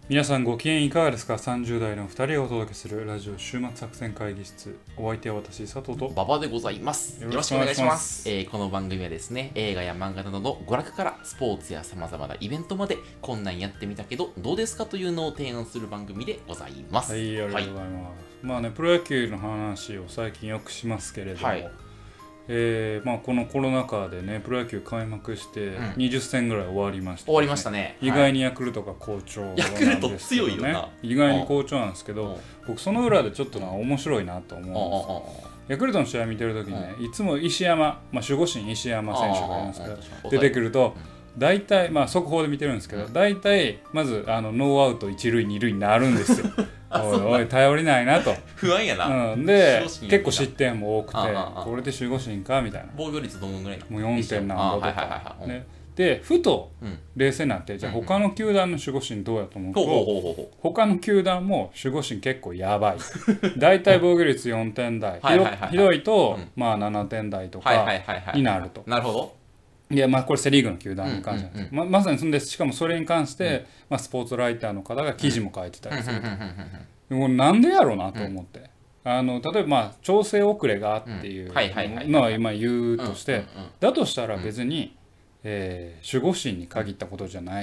皆さんご機嫌いかがですか。30代の2人がお届けするラジオ週末作戦会議室。お相手は私佐藤と馬場でございます。よろしくお願いします。この番組はですね、映画や漫画などの娯楽からスポーツや様々なイベントまでこんなんやってみたけどどうですかというのを提案する番組でございます。 はい、ありがとうございます。まあね、プロ野球の話を最近よくしますけれども、このコロナ禍でね、プロ野球開幕して20戦ぐらい終わりました、ね終わりましたね。 意外にヤクルトが好調なんですけど、ね、 ヤクルト強いよな。 意外に好調なんですけど、僕その裏でちょっと面白いなと思うんですよ。ヤクルトの試合見てるときにね、いつも石山、守護神石山選手がいるんですけど、出てくると大体、速報で見てるんですけど、大体まずノーアウト一塁二塁になるんですよ。おい頼りないなと。 不安やな。 で結構失点も多くて、これで守護神かみたいな。 防御率どのぐらいなの？ もう 4. 点何ぼとか。でふと冷静になって、じゃあ他の球団の守護神どうやと思うと、他の球団も守護神結構やばい。大体防御率4点台、ひどいと7点台とかになると。 なるほど。 いやこれセ・リーグの球団に関してなんです、まさにそんで、しかもそれに関して、スポーツライターの方が記事も書いてたりすると。でもなんでやろうなと思って、例えば調整遅れがっていうのは今言うとして、だとしたら別に、守護神に限ったことじゃない。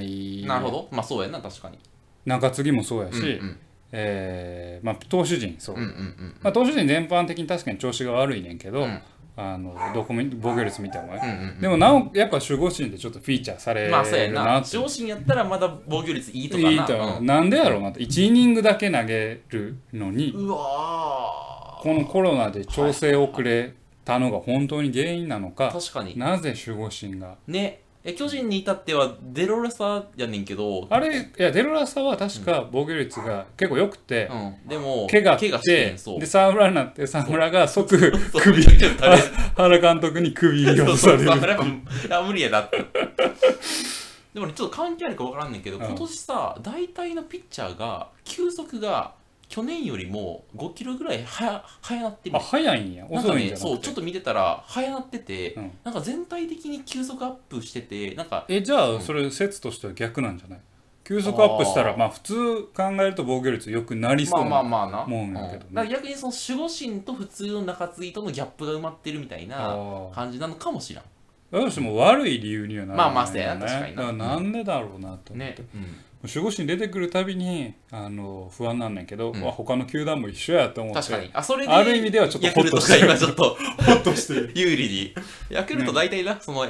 なるほど。そうやな、確かに。 中継ぎもそうやし、投手陣そう、投手陣全般的に確かに調子が悪いねんけど、どこも防御率見てもね、でもなおやっぱ守護神でちょっとフィーチャーされるなって。 守護神やったらまだ防御率いいとかな。 なんでやろうなと。1イニングだけ投げるのに、 うわこのコロナで調整遅れたのが本当に原因なのか。 確かに。 なぜ守護神がね。巨人に至ってはデロラサやねんけど、 デロラサは確か防御率が結構良くて、 でも怪我してで沢村になって、沢村が即首原監督に首を渡される。 無理やなって。でもね、ちょっと関係あるか分からんねんけど、今年さ、大体のピッチャーが球速が去年よりも5キロぐらい早なってる。 早いんや。遅いんじゃなくて。 そう、ちょっと見てたら早なってて、なんか全体的に球速アップしてて、なんかじゃあそれ説としては逆なんじゃない？球速アップしたら普通考えると防御率良くなりそうなもんやけどね。 だから逆にその守護神と普通の中継ぎとのギャップが埋まってるみたいな感じなのかもしれん。 どうしても悪い理由にはならないよね。 確かにな。 なんでだろうなと思って。守護神出てくるたびに不安なんねんけど、他の球団も一緒やと思って、 確かに。それである意味ではちょっとホッとしてる。 ヤクルトが今ちょっとホッとしてる。有利に。ヤクルト大体な、その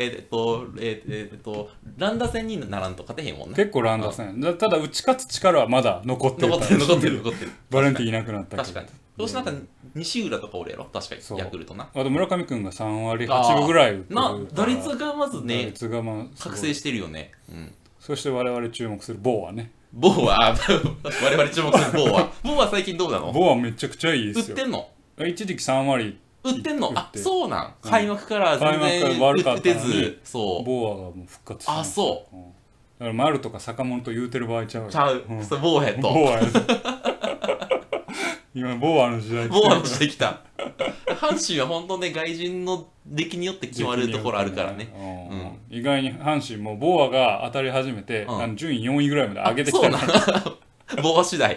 乱打戦にならんと勝てへんもんね。 結構乱打戦。ただ打ち勝つ力はまだ残ってる。 残ってる。 バレンティンいなくなったけど。 確かに。どうしなったら西浦とかおるやろ、確かに。ヤクルトな。 あと村上君が3割8分ぐらい打ってる。 打率がまずね、覚醒してるよね。 そして我々注目するボーはね。 ボーは我々注目するボーは最近どうなの？ ボーはめちゃくちゃいいですよ。 売ってんの？ 一時期3割売ってんの？そうなん。開幕から全然悪かったのに、 そうボーがもう復活した。 そう。 だから丸とか坂本と言うてる場合ちゃう。 それボーヘッド。 今ボーの時代来た。阪神は本当ね、外人の出来によって決まるところあるからね。 意外に阪神もボーが当たり始めて、順位4位ぐらいまで上げてきた。 ボー次第。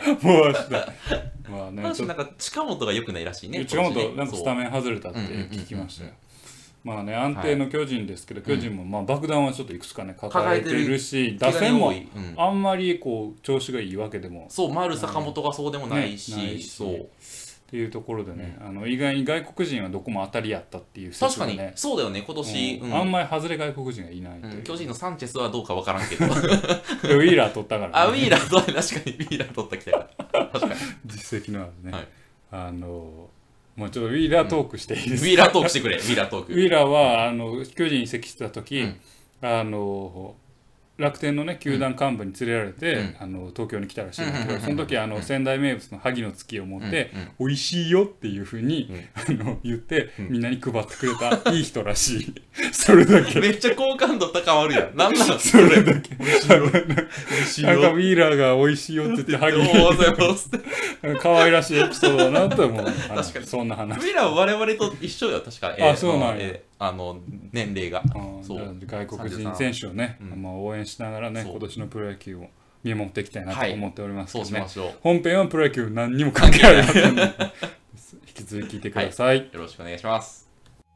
なんか近本が良くないらしいね。 近本なんかスタメン外れたって聞きましたよ。安定の巨人ですけど、巨人も爆弾はちょっといくつかね抱えてるし、打線もあんまり調子がいいわけでも、 丸坂本がそうでもないし、そうっていうところでね、意外に外国人はどこも当たりやったっていう説がね。確かにそうだよね、今年あんまり外れ外国人がいないという。 巨人のサンチェスはどうかわからんけど、ウィーラー取ったからね。ウィーラー確かにウィーラー取ったきたから確かに実績のあるね。もうちょっとウィーラートークしていいですか？ ウィーラートークしてくれ。ウィーラートーク。 ウィーラーは巨人に移籍した時、楽天のね球団幹部に連れられて、東京に来たらしいんだけど、その時仙台名物の萩の月を持って「美味しいよ」っていうふうに言ってみんなに配ってくれたいい人らしい。それだけ。 めっちゃ好感度高まるやん。なんなのそれだけ。美味しいよ。なんかウィーラーが美味しいよって言って萩に可愛らしいエピソードだなと思う。確かにそんな話。 ウィーラーは我々と一緒よ、確か。 そうなんや。 年齢が。 外国人選手をね、応援しながらね、今年のプロ野球を見守っていきたいなと思っておりますけどね、 そうしましょう。 本編はプロ野球何にも関係ありませんので引き続き聞いてください、 よろしくお願いします。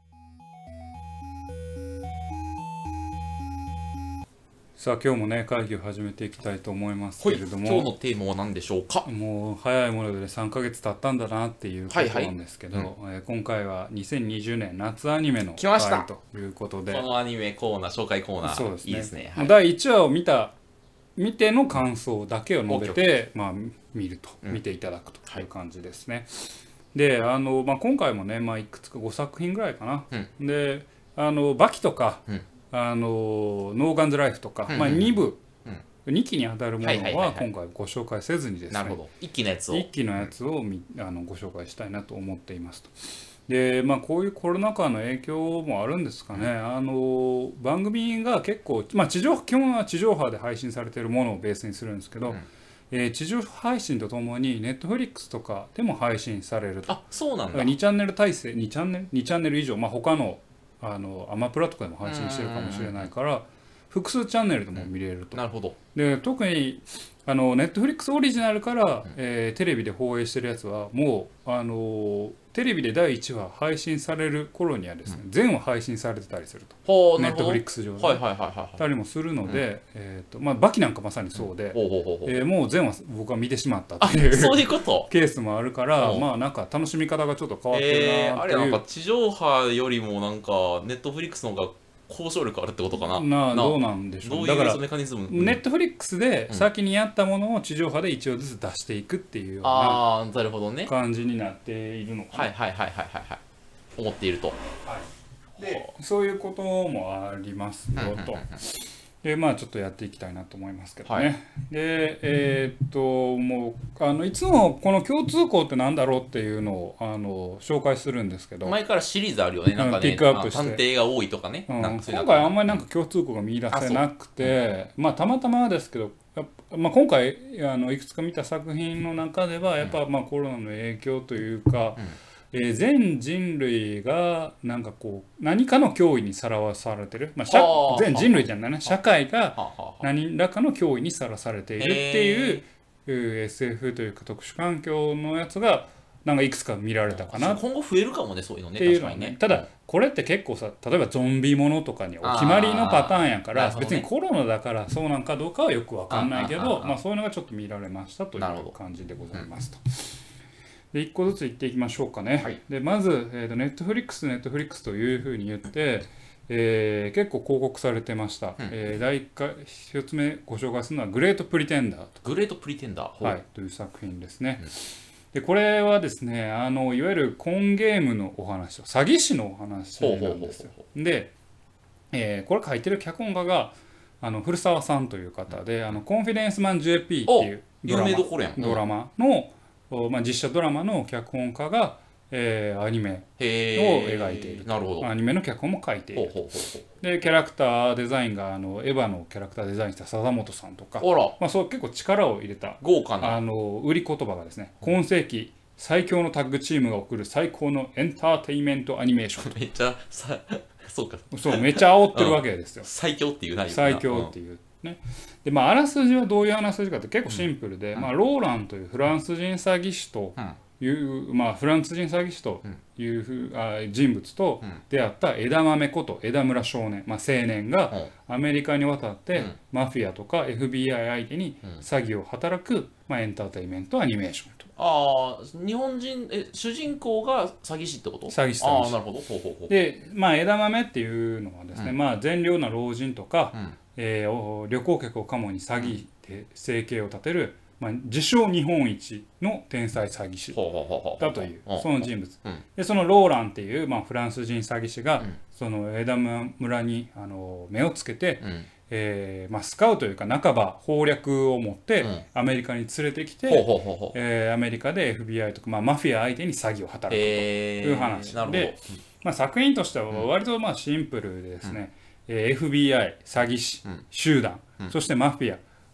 さあ今日もね会議を始めていきたいと思いますけれども、 今日のテーマは何でしょうか。 もう早いもので3ヶ月経ったんだなっていうことなんですけど、今回は2020年夏アニメの回ということで、 このアニメコーナー紹介コーナー、 そうですね、 いいですね、 第1話を見ての感想だけを述べて、見ていただくという感じですね。で今回もね、いくつか5作品ぐらいかな、でバキとか、ノーガンズライフとか、2部、2期に当たるものは今回ご紹介せずにですね、 なるほど、1期のやつをご紹介したいなと思っていますと。でこういうコロナ禍の影響もあるんですかね、番組が結構、基本は地上波で配信されているものをベースにするんですけど、地上配信とともにネットフリックスとかでも配信されると。 そうなんだ。 2チャンネル体制、2チャンネル以上、他のアマプラとかでも配信してるかもしれないから複数チャンネルでも見れると。 なるほど。 で特にネットフリックスオリジナルから、テレビで放映してるやつはもうテレビで第1話配信される頃にはですね、全話配信されてたりすると、ネットフリックス上でたりもするので、バキなんかまさにそうで、もう全話僕は見てしまったっていうそういうことケースもあるから、なんか楽しみ方がちょっと変わってるなっていう、 あれなんか地上波よりもなんかネットフリックスの方が交渉力あるってことかな。 どうなんでしょう。 どういうメカニズム。 ネットフリックスで先にやったものを地上波で1話ずつ出していくっていうような感じになっているのかな。 思っていると。 でそういうこともありますよと。でちょっとやっていきたいなと思いますけどね。でもういつもこの共通項ってなんだろうっていうのを紹介するんですけど、 前からシリーズあるよね。なんかね、 ピックアップして探偵が多いとかね。 今回あんまりなんか共通項が見出せなくて、たまたまですけど、今回いくつか見た作品の中ではやっぱコロナの影響というか、全人類がなんかこう何かの脅威にさらされてる、全人類じゃないね、社会が何らかの脅威にさらされているっていう、SF というか特殊環境のやつがなんかいくつか見られたかな。 今後増えるかもね、そういうのね。確かにね。 ただこれって結構さ、例えばゾンビものとかにお決まりのパターンやから、別にコロナだからそうなんかどうかはよく分かんないけど、そういうのがちょっと見られましたという感じでございますと。で1個ずつ言っていきましょうかね。でまず、ネットフリックスというふうに言って、結構広告されてました。第1つ目ご紹介するのはグレートプリテンダーという作品ですね。でこれはですね、いわゆるコンゲームのお話、詐欺師のお話なんですよ。で、これ書いてる脚本家が古澤さんという方で、コンフィデンスマン JP っていうドラマの実写ドラマの脚本家が、アニメを描いている。アニメの脚本も書いている。でキャラクターデザインがエヴァのキャラクターデザインした笹本さんとか、そう結構力を入れた豪華な売り言葉がですね、今世紀最強のタッグチームが送る最高のエンターテインメントアニメーションと。 めっちゃそうめっちゃ煽ってるわけですよ。 最強っていう内容。 最強っていうね。であらすじはどういうあらすじかって結構シンプルで、ローランというフランス人詐欺師という、フランス人詐欺師という人物と出会った枝豆こと枝村少年、青年がアメリカに渡ってマフィアとか FBI 相手に詐欺を働く、エンターテインメントアニメーションと。 日本人主人公が詐欺師ってこと？ 詐欺師。 なるほど。 で枝豆っていうのはですね、善良な老人とか、旅行客をカモに詐欺で生計を立てる、自称日本一の天才詐欺師だというその人物で、そのローランっていう、フランス人詐欺師が、その枝村に目をつけて、スカウトというか半ば謀略を持ってアメリカに連れてきて、アメリカで FBI とか、マフィア相手に詐欺を働くという話で、作品としては割とシンプルでですね、FBI 詐欺師集団、そしてマフィア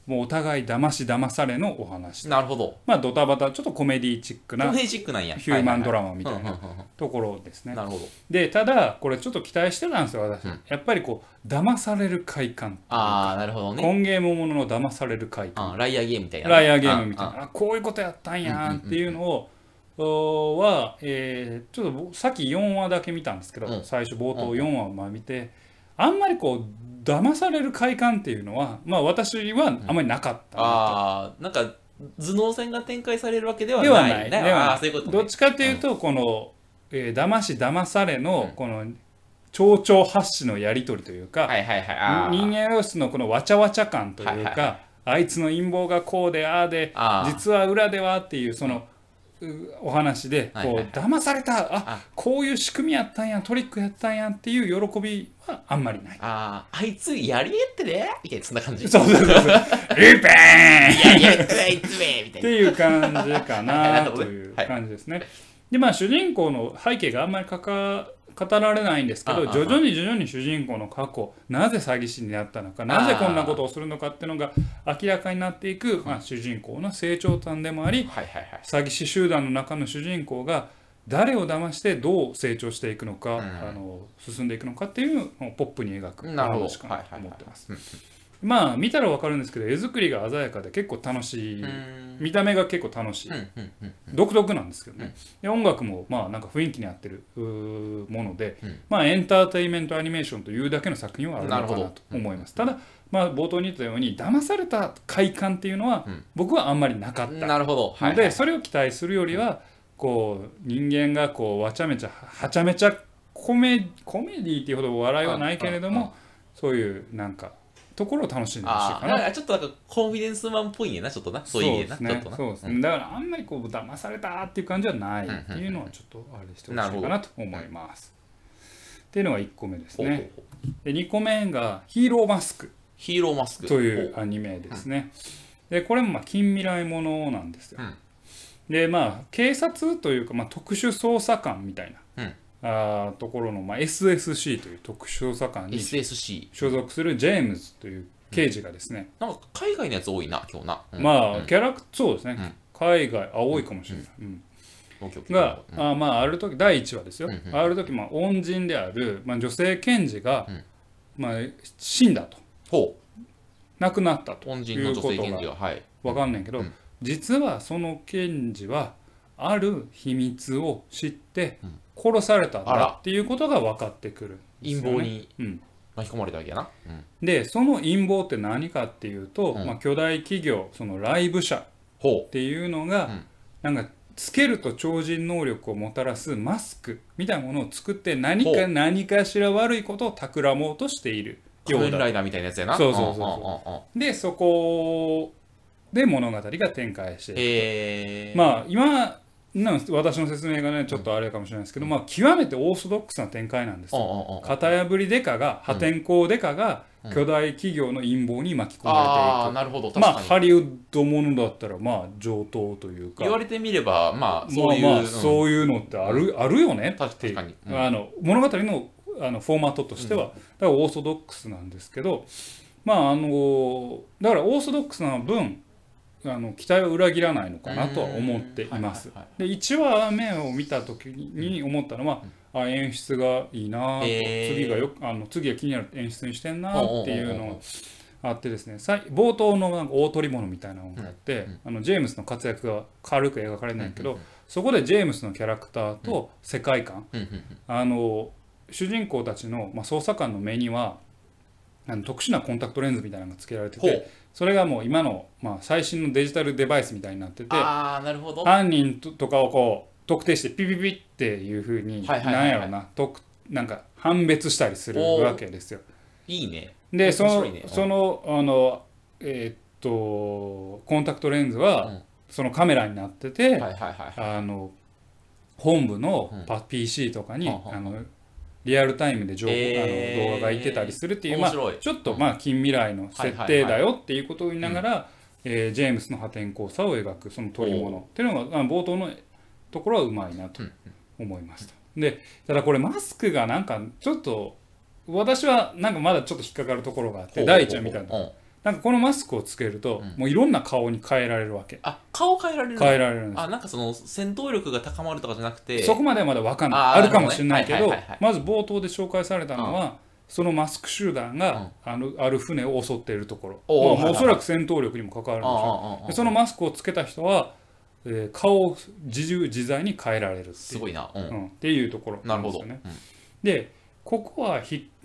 もうお互い騙し騙されのお話。 なるほど。 まあドタバタちょっとコメディチックなコメディチックなんや。 ヒューマンドラマみたいなところですね。 なるほど。 でただこれちょっと期待してたんですよ私、 うん、 やっぱりこう騙される快感。 ああなるほどね。 コンゲームものの騙される快感。 ライアーゲームみたいな。 ライアーゲームみたいな。あこういうことやったんやんっていうのを、は、ちょっとさっき4話だけ見たんですけど、最初冒頭4話を見て、あんまりこう騙される快感っていうのはまあ私はあんまりなかった、 ああなんか頭脳戦が展開されるわけではないね。そういうことね。 どっちかというとこの、騙し騙されのこの丁々発しのやり取りというか、人間様子のこのわちゃわちゃ感というか、あいつの陰謀がこうでああで実は裏ではっていうそのお話でこう騙された、こういう仕組みやったんやトリックやったんやっていう喜びはあんまりない。 あいつやりえってねみたいなそんな感じ。 そうルーペンいやあいつめみたいなっていう感じかなという感じですね。でまあ主人公の背景があんまり語られないんですけど、徐々に主人公の過去、なぜ詐欺師になったのか、なぜこんなことをするのかっていうのが明らかになっていく、まあ、主人公の成長端でもあり、詐欺師集団の中の主人公が誰を騙してどう成長していくのか、進んでいくのかっていうのをポップに描く話かなと思ってます。まあ見たら分かるんですけど絵作りが鮮やかで結構楽しい、見た目が結構楽しい、独特なんですけどね。で音楽もまあなんか雰囲気に合ってるもので、まあエンターテインメントアニメーションというだけの作品はあるのかなと思います。ただまあ冒頭に言ったように騙された快感っていうのは僕はあんまりなかったので、それを期待するよりはこう人間がこうわちゃめちゃはちゃめちゃコメディっていうほど笑いはないけれども、そういうなんかところを楽しんでほしいかな。 ちょっとなんかコンフィデンスマンっぽいねな、ちょっとな、そういう意味でな。 そうですね。だからあんまりこう騙されたっていう感じはないっていうのはちょっとあれしてほしいかなと思います。っていうのが1個目ですね。で2個目がヒーローマスクというアニメですね。でこれもまあ近未来ものなんですよ。でまあ警察というかまあ特殊捜査官みたいな。ところの、まあ、SSC という特殊捜査官に所属するジェームズという刑事がですね、 なんか海外のやつ多いな今日な、 まあキャラクターそうですね、海外多いかもしれない、がまあある時第1話ですよ、ある時まあ恩人である、まあ、女性検事が、まあ、死んだと亡くなったということが分かんないけど、実はその検事はある秘密を知って殺されたんだっていうことが分かってくる、 陰謀に巻き込まれたわけやな。 でその陰謀って何かっていうと、まあ、巨大企業そのライブ社っていうのが、なんかつけると超人能力をもたらすマスクみたいなものを作って何かしら悪いことを企もうとしているようだ。仮面ライダーみたいなやつやな。 そうでそこで物語が展開していく。まあ今私の説明がねちょっとあれかもしれないですけど、まあ極めてオーソドックスな展開なんですよ。型破りデカが破天荒デカが巨大企業の陰謀に巻き込まれていく。 なるほど。 まあハリウッドものだったらまあ上等というか、 言われてみればまあそういうのってあるよねっていう、物語のフォーマットとしてはだからオーソドックスなんですけど、まあだからオーソドックスな分期待を裏切らないのかなとは思っています。で1話目を見た時に思ったのは、演出がいいなと、次が気になる演出にしてんなっていうのがあってですね、冒頭のなんか大取り物みたいなのがあって、ジェームスの活躍が軽く描かれないけど、そこでジェームスのキャラクターと世界観、主人公たちの、まあ、捜査官の目には特殊なコンタクトレンズみたいなのがつけられてて、それがもう今の、まあ、最新のデジタルデバイスみたいになってて、犯人とかをこう特定してピピピっていうふうになんやろな、なんか判別したりするわけですよ。 いいね。 でそのコンタクトレンズはそのカメラになってて、本部のPC とかにリアルタイムで動画がいってたりするっていう、まあ、ちょっとまあ近未来の設定だよっていうことを言いながら、ジェームスの破天荒さを描くその取り物っていうのが冒頭のところはうまいなと思いました。でただこれマスクがなんかちょっと私はなんかまだちょっと引っかかるところがあって、第一話見たのなんかこのマスクをつけると、もういろんな顔に変えられるわけ。 あ、顔変えられる変えられるんです。 あ、なんかその戦闘力が高まるとかじゃなくて、 そこまではまだ分かんない。あるかもしれないけど、まず冒頭で紹介されたのは、そのマスク集団がある船を襲っているところ、おそらく戦闘力にも関わるんでしょう。そのマスクをつけた人は、顔を自在に変えられるすごいな、 っていうところなんですよね。 なるほど。 でここは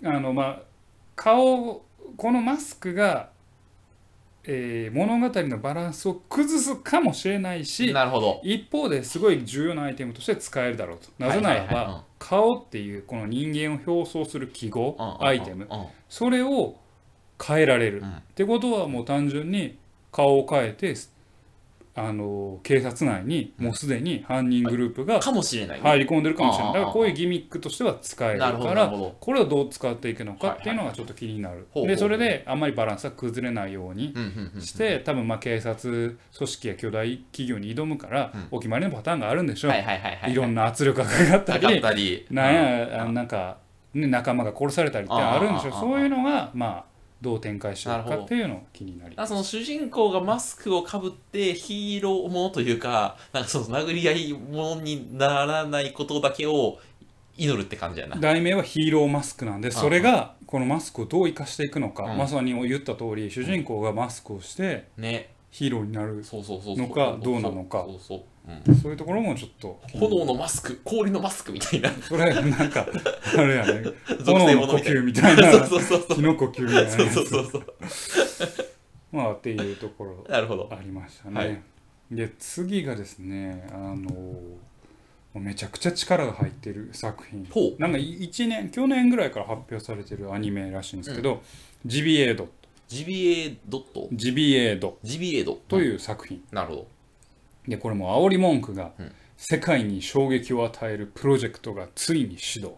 このマスクが、物語のバランスを崩すかもしれないし、 なるほど。 一方ですごい重要なアイテムとして使えるだろうと。なぜならば、顔っていうこの人間を表層する記号、アイテム、それを変えられる、ってことはもう単純に顔を変えて警察内にもうすでに犯人グループが入り込んでるかもしれない。だからこういうギミックとしては使えるから、これをどう使っていくのかっていうのがちょっと気になる。でそれであんまりバランスが崩れないようにして、多分警察組織や巨大企業に挑むからお決まりのパターンがあるんでしょう。いろんな圧力がかかったり、なんか仲間が殺されたりってあるんでしょう。そういうのがどう展開しようかっていうのが気になります。 その主人公がマスクをかぶってヒーローものというか、なんかその殴り合いものにならないことだけを祈るって感じやな。 題名はヒーローマスクなんで、それがこのマスクをどう生かしていくのか、まさに言った通り主人公がマスクをしてヒーローになるのかどうなのか、そういうところもちょっと炎のマスク、氷のマスクみたいな、 それなんかあれやね、炎の呼吸みたいな、火の呼吸みたいなやつっていうところありましたね。で次がですね、めちゃくちゃ力が入っている作品、なんか去年ぐらいから発表されてるアニメらしいんですけど、ジビエドという作品。 なるほど。 でこれも煽り文句が、世界に衝撃を与えるプロジェクトがついに始動。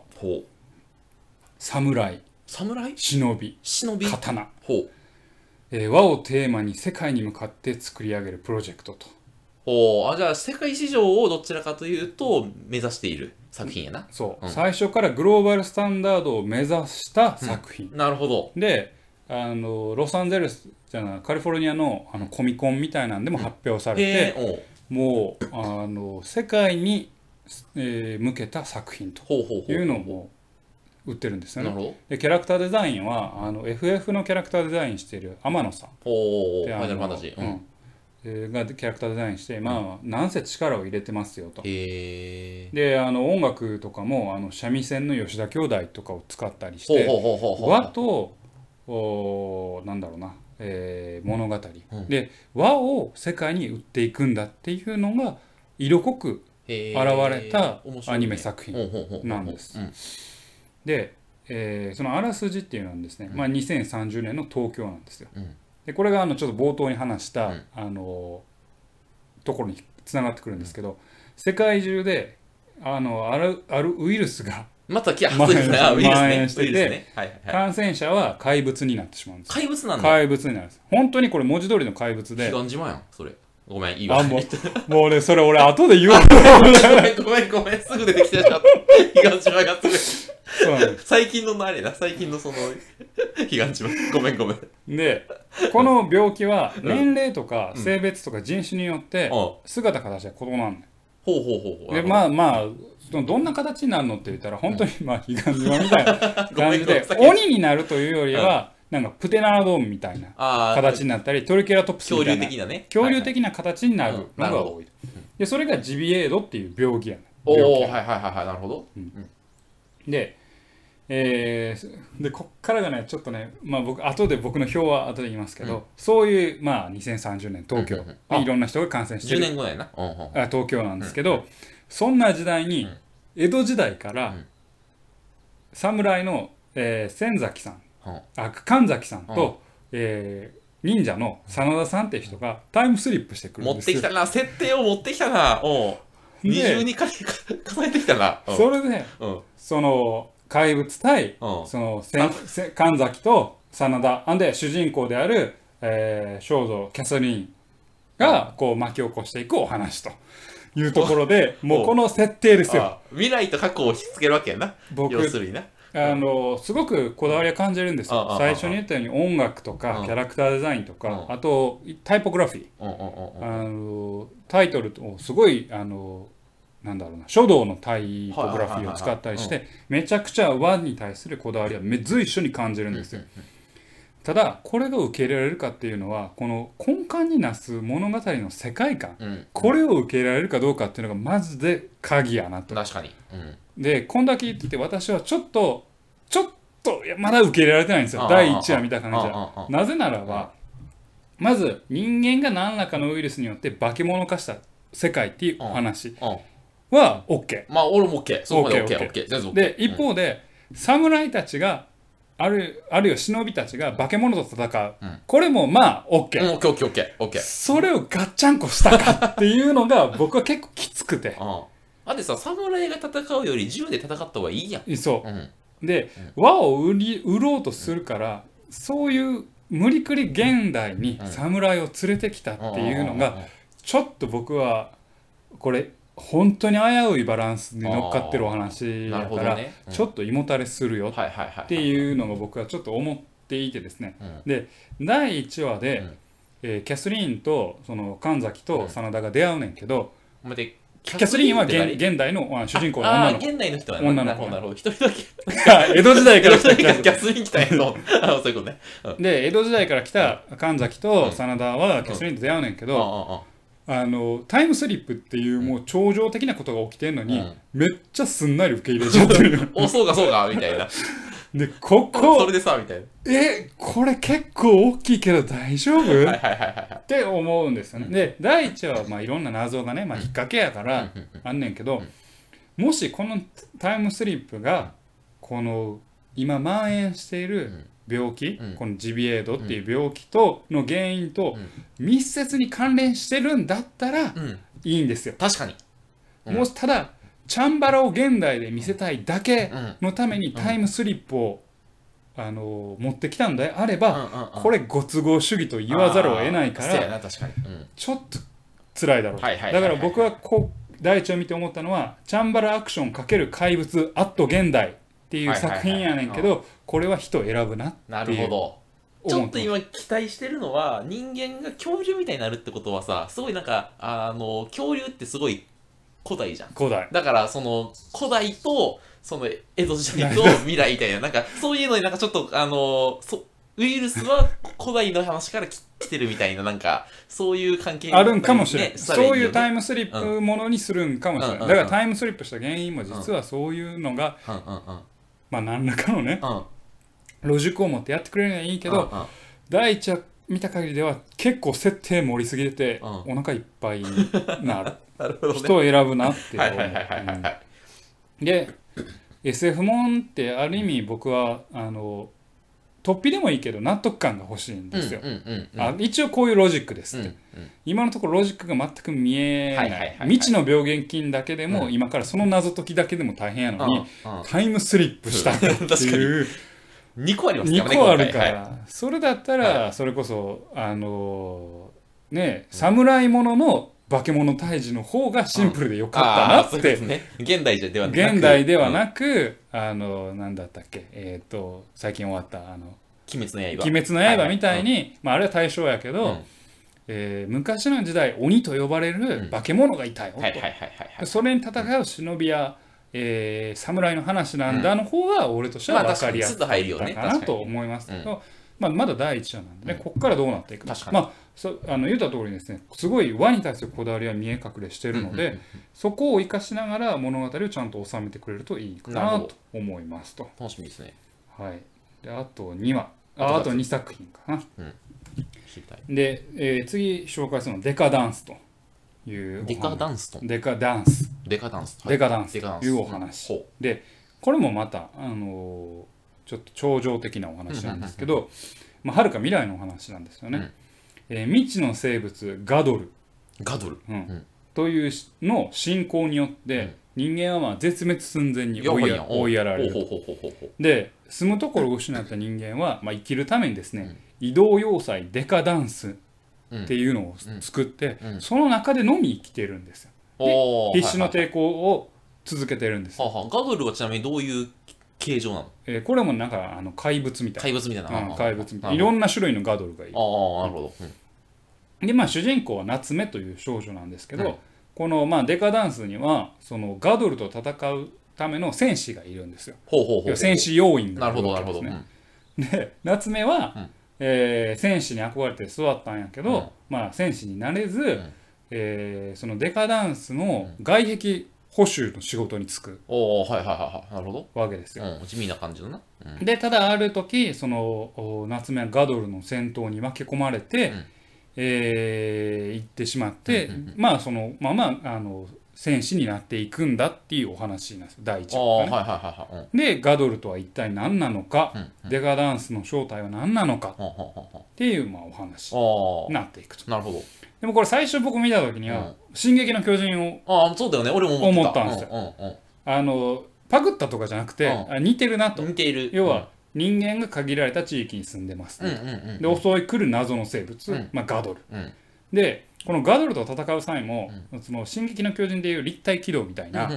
侍、忍び、刀、和をテーマに世界に向かって作り上げるプロジェクトと。 じゃあ世界市場をどちらかというと目指している作品やな。 そう、最初からグローバルスタンダードを目指した作品、 なるほど。 でロサンゼルスじゃないカリフォルニアのコミコンみたいなんでも発表されて、もう世界に、向けた作品というのを売ってるんですよね。でキャラクターデザインはFF のキャラクターデザインしている天野さんがキャラクターデザインして、なんせ力を入れてますよと。で音楽とかも三味線の吉田兄弟とかを使ったりして、和となんだろうな、物語、で和を世界に売っていくんだっていうのが色濃く現れたアニメ作品なんです。で、そのあらすじっていうのはですね、2030年の東京なんですよ。でこれがちょっと冒頭に話した、ところにつながってくるんですけど、世界中であるウイルスが蔓延してて、感染者は怪物になってしまうんです。 怪物なんだ。 怪物になるんです。本当にこれ文字通りの怪物で。 彼岸島やんそれ。ごめん、いいわ。 もうね、それ俺後で言おう。 ごめん、すぐ出てきてしまった。彼岸島がすぐ。最近のあれだ、最近のその彼岸島。ごめん。 で、この病気は年齢とか性別とか人種によって姿形が異なる。でどんな形になるのって言ったら本当に彼岸島みたいな感じで鬼になるというよりはなんかプテナードーンみたいな形になったり、トリケラトプスみたいな恐竜的な形になるのが多い。でそれがジビエードっていう病気やね。 なるほど。 でこっからがねちょっとね、僕の表は後で言いますけど、そういう2030年東京いろんな人が感染してる 10年後やな東京なんですけど、そんな時代に江戸時代から侍の神崎さんと忍者の真田さんっていう人がタイムスリップしてくるんです。 持ってきたな、設定を持ってきたな。二重に重ねてきたな。 それでその怪物対その神崎と真田で主人公である少女キャサリンがこう巻き起こしていくお話というところで、もうこの設定ですよ。 未来と過去を引きつけるわけやな。要するにな。 すごくこだわりを感じるんですよ。最初に言ったように音楽とかキャラクターデザインとか、あとタイポグラフィー、タイトルをすごいなんだろうな、書道のタイポグラフィーを使ったりして、めちゃくちゃ和に対するこだわりは随所に感じるんですよ。ただこれが受け入れられるかっていうのは、この根幹になす物語の世界観、これを受け入れられるかどうかっていうのがマジで鍵やなと。 確かに。 でこんだけ言ってて、私はちょっといやまだ受け入れられてないんですよ、第1話見た感じは。なぜならば、まず人間が何らかのウイルスによって化け物化した世界っていうお話は OK。 まあ俺も OK。そこまで OK。全然 OK。 で一方で侍たちがあるいは忍びたちが化け物と戦う、これもまあ OK。それをガッチャンコしたかっていうのが僕は結構きつくて。 だってさ、侍が戦うより銃で戦った方がいいやん。 そう、で和を売ろうとするから、そういう無理くり現代に侍を連れてきたっていうのがちょっと僕はこれ本当に危ういバランスに乗っかってるお話だから、ちょっと胃もたれするよっていうのが僕はちょっと思っていてですね。で第1話で、キャスリーンとその神崎と真田が出会うねんけど、キャスリーンは現代の主人公の女の子。 現代の人はね。なるほど。一人だけ。 江戸時代から来たキャスリーン来たんやと。そういうことね。 で江戸時代から来た神崎と真田はキャスリーンと出会うねんけど、タイムスリップっていうもう超常的なことが起きてんのに、めっちゃすんなり受け入れちゃってる。 お、そうかみたいな。 でここそれでさみたいな。 これ結構大きいけど大丈夫って思うんですよね。で第1話はまあいろんな謎がね、まあ、引っ掛けやからあんねんけど、もしこのタイムスリップがこの今蔓延している病気、このジビエイドっていう病気との原因と密接に関連してるんだったらいいんですよ。 確かに。 もしただチャンバラを現代で見せたいだけのためにタイムスリップを持ってきたんであれば、これご都合主義と言わざるを得ないからちょっと辛いだろう。だから僕は第一を見て思ったのは、チャンバラアクション×怪物アット現代っていう作品やねんけど、これは人を選ぶなっていう。 なるほど。ちょっと今期待してるのは、人間が恐竜みたいになるってことはさ、すごいなんか恐竜ってすごウ古代じゃん。 古代。 だからその古代とその江戸時代と未来みたいな、なんかそういうのになんかちょっとウイルスは古代の話から来てるみたいな、なんかそういう関係あるんかもしれない。そういうタイムスリップものにするんかもしれない。だからタイムスリップした原因も実はそういうのが、まあ何らかのね、ロジックを持ってやってくれるのはいいけど、第一話見た限りでは結構設定盛りすぎてお腹いっぱいになる。人を選ぶなって思う。で SF もんってある意味僕は突飛でもいいけど納得感が欲しいんですよ。一応こういうロジックですって、今のところロジックが全く見えない未知の病原菌だけでも、今からその謎解きだけでも大変やのに、タイムスリップしたっていう 2個ありますからね。 2個あるから、それだったらそれこそね、侍ものの化け物退治の方がシンプルでよかったなって、 現代ではなく、何だったっけ、最近終わった鬼滅の刃。 鬼滅の刃みたいに、まああれは大正やけど、昔の時代鬼と呼ばれる化け物がいたよと、それに戦う忍びや侍の話なんだの方が俺としては分かりやすかったかなと思いますけど、まだ第一話なんでね、ここからどうなっていくか。言った通りですね、すごい和に対するこだわりは見え隠れしているので、そこを生かしながら物語をちゃんと収めてくれるといいかなと思いますと。 楽しみですね。 はい。であと2話、あと2作品かな。で、次紹介するのはデカダンスという。 デカダンスと。デカダンスというお話。で、これもまたちょっと超常的なお話なんですけど、はるか未来のお話なんですよね。未知の生物ガドルというの進行によって人間は絶滅寸前に追いやられる。で住むところを失った人間は生きるためにですね、移動要塞デカダンスっていうのを作って、その中でのみ生きてるんですよ。必死の抵抗を続けてるんです。 ガドルはちなみにどういうキ形状なの？ これもなんか怪物みたい怪物みたいな。 な、怪物みたいな、いろんな種類のガドルがいる。 ああ、なるほど。 でまあ主人公は夏目という少女なんですけど、このまあデカダンスにはそのガドルと戦うための戦士がいるんですよ。戦士要員がいるわけですね。で夏目は、戦士に憧れて育ったんやけど、まあ戦士になれず、そのデカダンスの外壁補修の仕事に就くわけですよ。 地味な感じのな。 でただある時その夏目はガドルの戦闘に巻き込まれて、行ってしまって、まあそのまま戦士になっていくんだっていうお話なんですよ、第一話がね。でガドルとは一体何なのか、デカダンスの正体は何なのかっていうまあお話になっていくと。 なるほど。 でもこれ最初僕見た時には「進撃の巨人」をそうだよね、俺も思ったんですよ。パクったとかじゃなくて似てるなと。 似ている。 要は人間が限られた地域に住んでます、ね、で襲い来る謎の生物、まあ、ガドル、でこのガドルと戦う際も、その進撃の巨人でいう立体軌道みたいな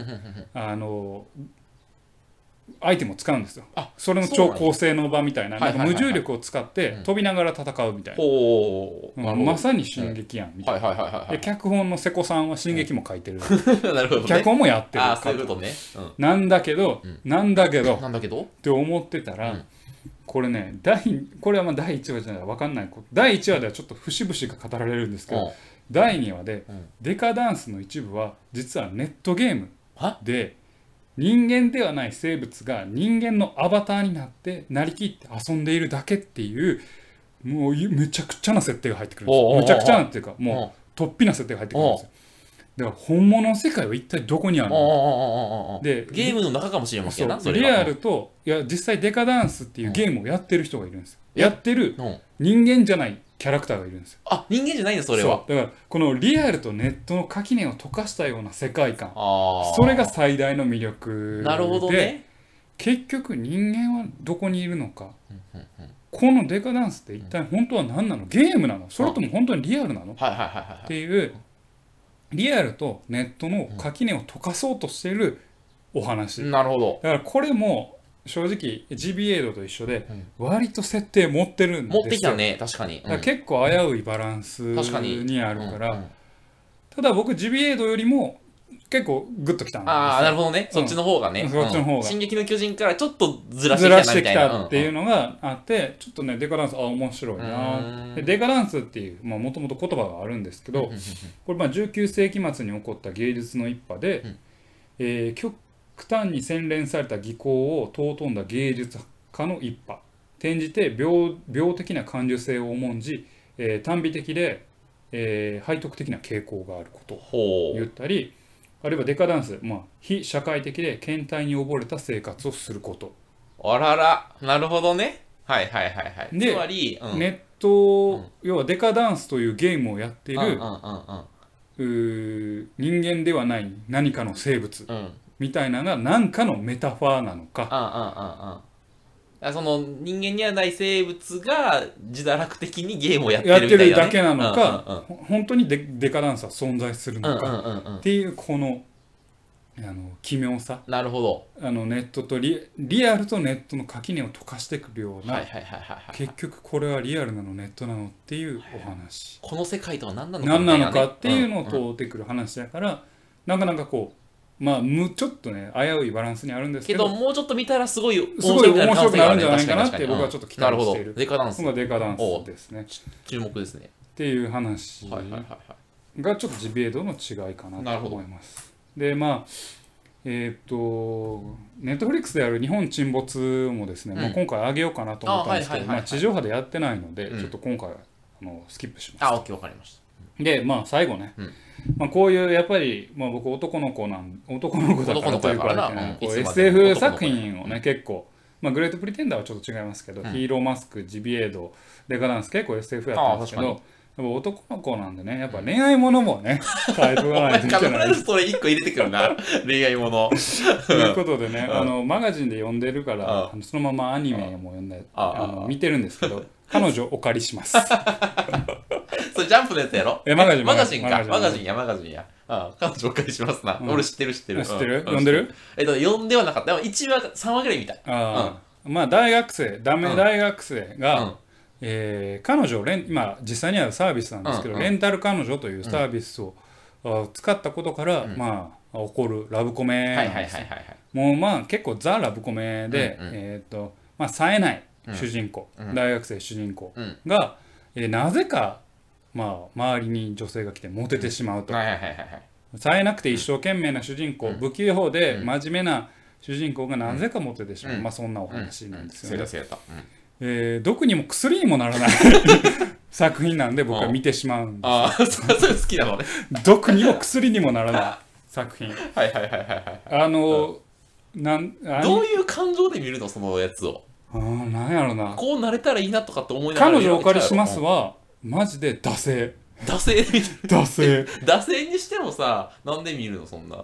アイテムを使うんですよ。それの超高性能版みたいな、なんか無重力を使って飛びながら戦うみたいな、まさに進撃やんみたいな。で脚本の瀬古さんは進撃も書いてる、脚本もやってる、 そういうことね。 なんだけどって思ってたら、これねこれはまあ第1話じゃない分かんないこと、第1話ではちょっと節々が語られるんですけど、第2話でデカダンスの一部は実はネットゲームで人間ではない生物が人間のアバターになってなりきって遊んでいるだけっていう、もうめちゃくちゃな設定が入ってくるんですよ。めちゃくちゃなっていうかもう突飛な設定が入ってくるんですよ。だから本物の世界は一体どこにあるので、ゲームの中かもしれませんな、 それリアルと、いや実際デカダンスっていうゲームをやってる人がいるんですよ。やってる人間じゃないキャラクターがいるんですよ。 人間じゃないんだ、それは。 だからこのリアルとネットの垣根を溶かしたような世界観、それが最大の魅力で。 なるほどね。 結局人間はどこにいるのか、このデカダンスって一体本当は何なの、ゲームなの、それとも本当にリアルなのっていうリアルとネットの垣根を溶かそうとしているお話。 なるほど。 だからこれも正直ジビエイドと一緒で割と設定持ってるんですよ。 持ってきたね、確かに。 だから結構危ういバランスにあるから、ただ僕ジビエイドよりも結構グッときたんですよ。 なるほどね。そっちの方がね。 そっちの方が。 進撃の巨人からちょっとずらしてきたっていうのがあって、ちょっとね、デカダンス、面白いな。でデカダンスっていう、もともと言葉があるんですけど、これ19世紀末に起こった芸術の一派で、極端に洗練された技巧を尊んだ芸術家の一派。転じて病的な感受性を重んじ、短美的で、背徳的な傾向があることを言ったり、あるいはデカダンス、非社会的で倦怠に溺れた生活をすること。 あらら、なるほどね。はいはいはいはい。 で、 つまり、 ネット、要はデカダンスというゲームをやっている人間ではない何かの生物みたいなのが何かのメタファーなのか。 その人間にはない生物が自堕落的にゲームをやってるみたいな、ね、 だけなのか、本当にデカダンスは存在するのかっていうこの奇妙さ。 なるほど。 ネットとリアルとネットの垣根を溶かしてくるような、結局これはリアルなのネットなのっていうお話。 この世界とは何なのか、 何なのかっていうのを問うてくる話だから、なかなかこうちょっとね危ういバランスにあるんですけど、 もうちょっと見たらすごい面白くなるんじゃないかなって僕はちょっと期待している。 デカダンス。 デカダンスですね。 注目ですね。 っていう話がちょっとジビエ度の違いかなと思います。でネットフリックスである日本沈没もですね、今回上げようかなと思ったんですけど、地上波でやってないので、ちょっと今回はスキップします。 OK、わかりました。 で最後ね、こういうやっぱり、僕男の子だからというか、SF 作品をね結構、グレートプリテンダーはちょっと違いますけど、ヒーローマスク、ジビエイド、デカダンス結構 SF やったんですけど、男の子なんでね、やっぱ恋愛ものもね、変えとかないといけない。 必ずそれ1個入れてくるな、恋愛もの。 ということでね、マガジンで読んでるから、そのままアニメも読んで、見てるんですけど、彼女お借りします。 それジャンプのやつやろ？マガジンか。マガジンや。 ああ、彼女お借りしますな。俺知ってる知ってる。 知ってる、 うん読んでる？ 読んではなかった。でも1話、3話ぐらい見た。 まあ大学生、ダメ大学生が、 うん彼女を今実際にあるサービスなんですけど、レンタル彼女というサービスを、使ったことから、まあ起こるラブコメなんですよ。もうまあ結構ザ・ラブコメで、まあ冴えない主人公、大学生主人公が、なぜかまあ周りに女性が来てモテてしまうと。冴えなくて一生懸命な主人公、不器用で真面目な主人公がなぜかモテてしまう、まあそんなお話なんですよね。毒にも薬にもならない作品なんで僕は見てしまうんです。 ああ、それ好きなのね。 毒にも薬にもならない作品。 どういう感情で見るのそのやつを。 なんやろな。 こうなれたらいいなとかって思いながら。 彼女お借りしますはマジで惰性。 惰性で見てる。 惰性。 惰性にしてもさ、なんで見るのそんな。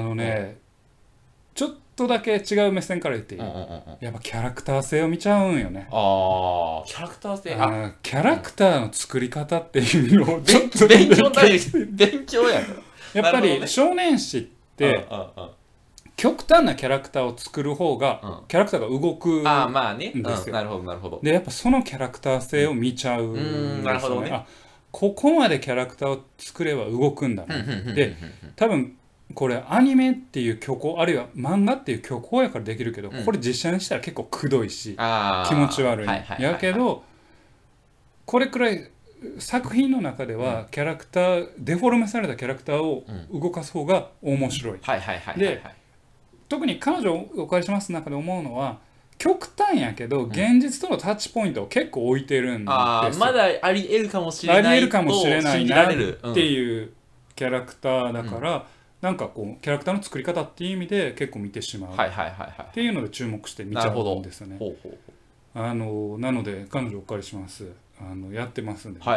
ちょっとだけ違う目線から言っていい？やっぱキャラクター性を見ちゃうんよね。 ああ、キャラクター性。 キャラクターの作り方っていうのをちょっと勉強やん。 やっぱり少年誌って極端なキャラクターを作る方がキャラクターが動くんですよ。 なるほどなるほど。 でやっぱそのキャラクター性を見ちゃうんですよね。ここまでキャラクターを作れば動くんだな。で多分これアニメっていう虚構あるいは漫画っていう虚構やからできるけど、これ実写にしたら結構くどいし気持ち悪い。やけどこれくらい作品の中ではキャラクターデフォルメされたキャラクターを動かす方が面白い。で特に彼女をお借りします中で思うのは極端やけど現実とのタッチポイントを結構置いてるんですよ。 まだあり得るかもしれないと信じられるっていうキャラクターだから、なんかこうキャラクターの作り方っていう意味で結構見てしまうっていうので注目して見ちゃうんですよね。なので彼女をお借りしますやってますんで、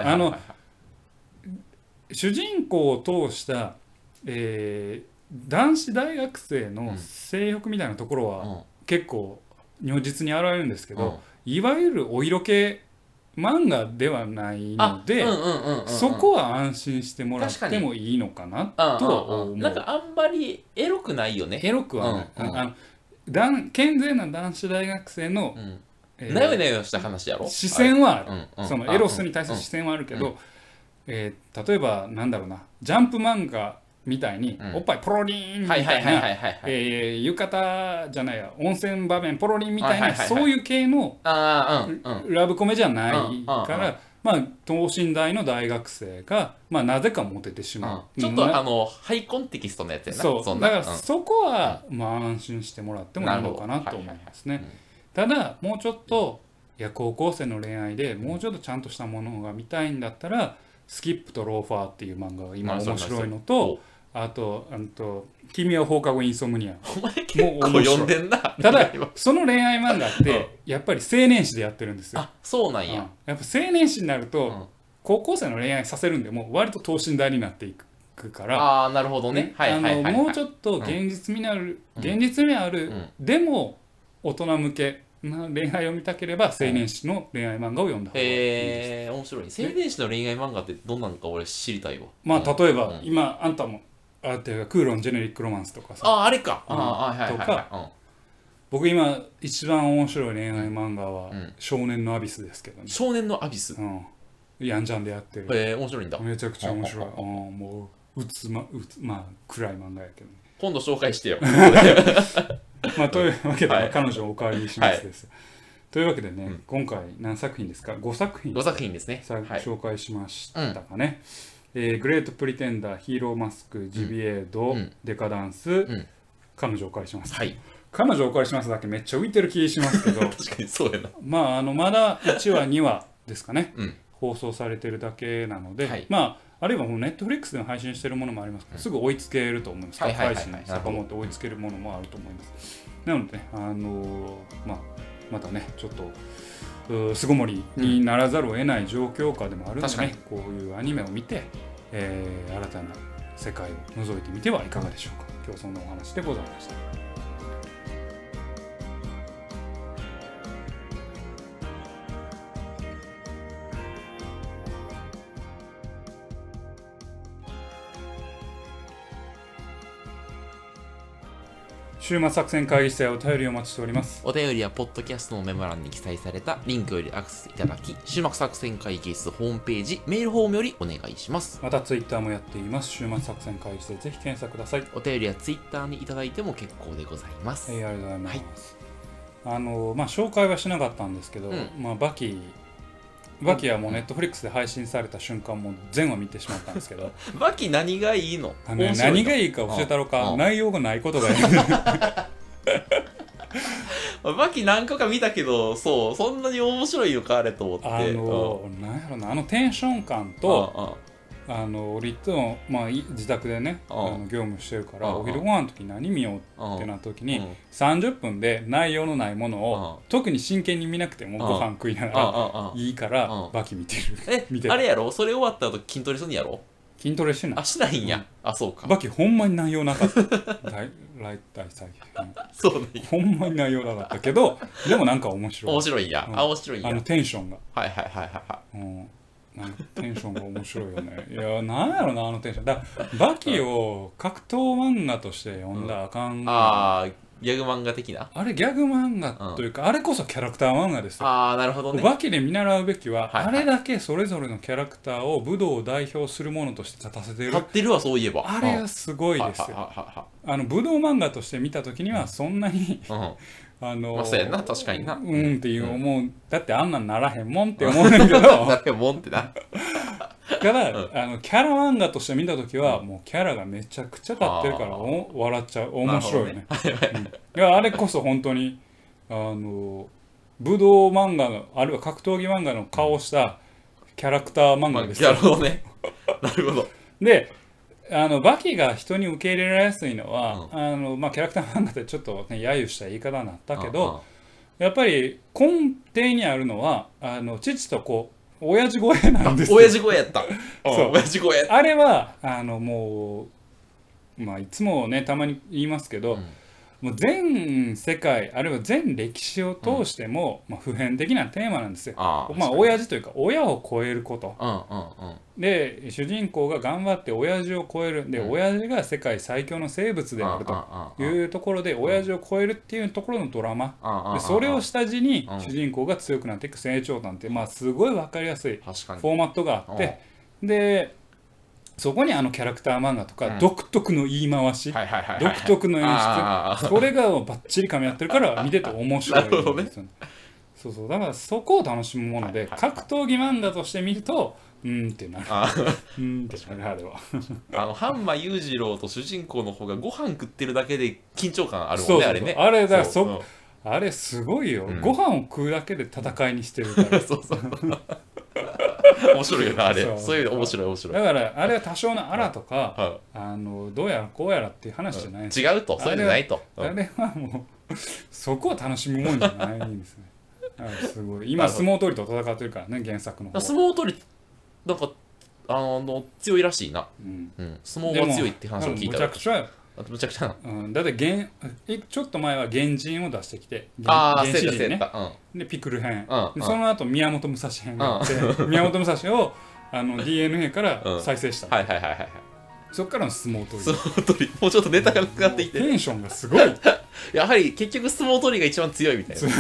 主人公を通した、男子大学生の性欲みたいなところは結構如実に現れるんですけど、いわゆるお色気漫画ではないのでそこは安心してもらってもいいのかなと思う。 なんかあんまりエロくないよね。 エロくはない。健全な男子大学生のなよなよした話やろ。 視線はある。そのエロスに対する視線はあるけど、例えばなんだろうな、ジャンプ漫画みたいにおっぱいポロリーンみたいな浴衣じゃないや温泉場面ポロリンみたいなそういう系のラブコメじゃないからまあ等身大の大学生がまあなぜかモテてしまう。 ちょっとハイコンテキストのやつやな。 そうだからそこはまあ安心してもらってもいいのかなと思いますね。ただもうちょっといや高校生の恋愛でもうちょっとちゃんとしたものが見たいんだったらスキップとローファーっていう漫画が今面白いのとあと君は放課後インソムニアお前結構読んでんな。 ただその恋愛漫画ってやっぱり青年誌でやってるんですよ。 そうなんや。 やっぱ青年誌になると高校生の恋愛させるんでも割と等身大になっていくからなるほどね。 もうちょっと現実味あるでも大人向けな恋愛を見たければ青年誌の恋愛漫画を読んだ方がいいです。 面白い。青年誌の恋愛漫画ってどんなのか俺知りたいわ。 まあ例えば今あんたもっていうかクーロンジェネリックロマンスとかさあれかとか僕今一番面白い恋愛漫画は少年のアビスですけどね。 少年のアビスヤンジャンでやってる。 面白いんだ。 めちゃくちゃ面白い。もうまあ暗い漫画やけどね。 今度紹介してよ。 まあというわけで彼女をおかわりしますです。というわけでね今回何作品ですか？5作品ですね。 紹介しましたかね。グレートプリテンダー、ヒーローマスク、ジビエード、デカダンス、彼女をお借りします。彼女をお借りしますだけめっちゃ浮いてる気しますけど確かにそうやな。 まあまだ1話2話ですかね、放送されてるだけなので、まああるいはもうネットフリックスで配信してるものもありますから、すぐ追いつけると思います。配信遡って追いつけるものもあると思います。なのでまたねちょっと巣ごもりにならざるを得ない状況下でもあるので、ね、こういうアニメを見て、新たな世界を覗いてみてはいかがでしょうか。今日そんなお話でございました。 週末作戦会議室へお便りをお待ちしております。 お便りはポッドキャストのメモ欄に記載されたリンクよりアクセスいただき、週末作戦会議室ホームページメールフォームよりお願いします。 またツイッターもやっています。週末作戦会議室でぜひ検索ください。 お便りはツイッターにいただいても結構でございます。 ありがとうございます。紹介はしなかったんですけど、バキはもうネットフリックスで配信された瞬間もう全話見てしまったんですけどバキ何がいいの？ 何がいいか教えたろか。内容がないことがいいバキ何個か見たけど、そんなに面白いのかあれと思って。 なんやろな、テンション感と、俺いつも、自宅でね、業務してるから、お昼ご飯の時何見ようってなった時に、30分で内容のないものを、特に真剣に見なくてもご飯食いながらいいから、バキ見てる。 あれやろ？それ終わった後筋トレするんやろ？ 筋トレしてない。 しないんや。そうか。 バキほんまに内容なかった。大最そうね。 ほんまに内容なかったけど、でもなんか面白い。 面白いんや。面白いんや。 テンションが。 はい。 なんかテンションが面白いよね。いや、なんやろな、テンション。だからバキを格闘漫画として読んだらあかん。 ギャグ漫画的な。 あれギャグ漫画というか、あれこそキャラクター漫画ですよ。 なるほどね。 バキで見習うべきは、あれだけそれぞれのキャラクターを武道を代表するものとして立たせてる。 立ってるわ、そういえば。 あれがすごいですよ。武道漫画として見たときにはそんなにそうやな、確かにな。 っていう思う。だってあんなんならへんもんって思うんだけど。 ならへんもんってな。 から、キャラ漫画として見たときは、もうキャラがめちゃくちゃ立ってるから笑っちゃう。面白いね。いや、あれこそ本当に武道漫画の、あるいは格闘技漫画の顔をしたキャラクター漫画ですよ。 なるほどね。なるほど。 で、バキが人に受け入れられやすいのは、キャラクター漫画でちょっとね、揶揄した言い方になったけど、やっぱり根底にあるのは、父と子、親父声なんですよ。 親父声やった。 そう。 親父声。 あれは、もう、いつもね、たまに言いますけど、もう全世界、あるいは全歴史を通しても、普遍的なテーマなんですよ。親父というか、親を超えること。で、主人公が頑張って親父を超える。で、親父が世界最強の生物であるというところで、親父を超えるっていうところのドラマ。で、それを下地に、主人公が強くなっていく成長なんて、すごい分かりやすいフォーマットがあって、で、そこにキャラクター漫画とか、独特の言い回し、独特の演出、それがバッチリ噛み合ってるから見てて面白いんですよね。そうそう、だからそこを楽しむもので、格闘技漫画として見ると、ってなる。ってなる、あれは。 半馬裕次郎と主人公の方がご飯食ってるだけで緊張感あるもんね、あれね。 あれすごいよ。ご飯を食うだけで戦いにしてるから。 面白いよな、あれ。そういうの面白い。 だからあれは多少のあらとか、どうやらこうやらっていう話じゃないです。 違うと、そういうのないと。 あれはもうそこを楽しむもんじゃないんですね。すごい。今相撲取りと戦ってるからね、原作の方。 相撲取りなんか強いらしいな。相撲が強いって話を聞いたら。むちゃくちゃな。 だってちょっと前は原人を出してきて、 原始人ね。 でピクル編、その後宮本武蔵編があって、宮本武蔵をDNA から再生した。そっからの相撲取り。 もうちょっとネタがなくなってきて。 テンションがすごい。 やはり結局相撲取りが一番強いみたいな。そ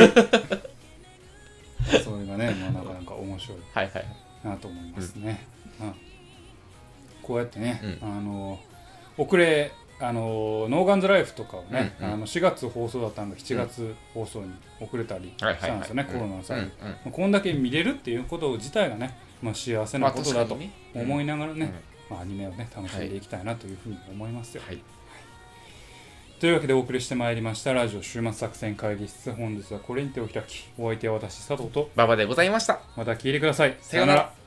れがね、なかなか面白いなと思いますね。こうやってね、遅れノーガンズライフとかをね、4月放送だったのが7月放送に遅れたりしたんですよね、コロナの際に。こんだけ見れるっていうこと自体がね、幸せなことだと思いながらね、アニメをね楽しんでいきたいなというふうに思いますよ。というわけでお送りしてまいりましたラジオ週末作戦会議室、本日はこれにてお開き。お相手は私佐藤と馬場でございました。 また聞いてください。 さようなら。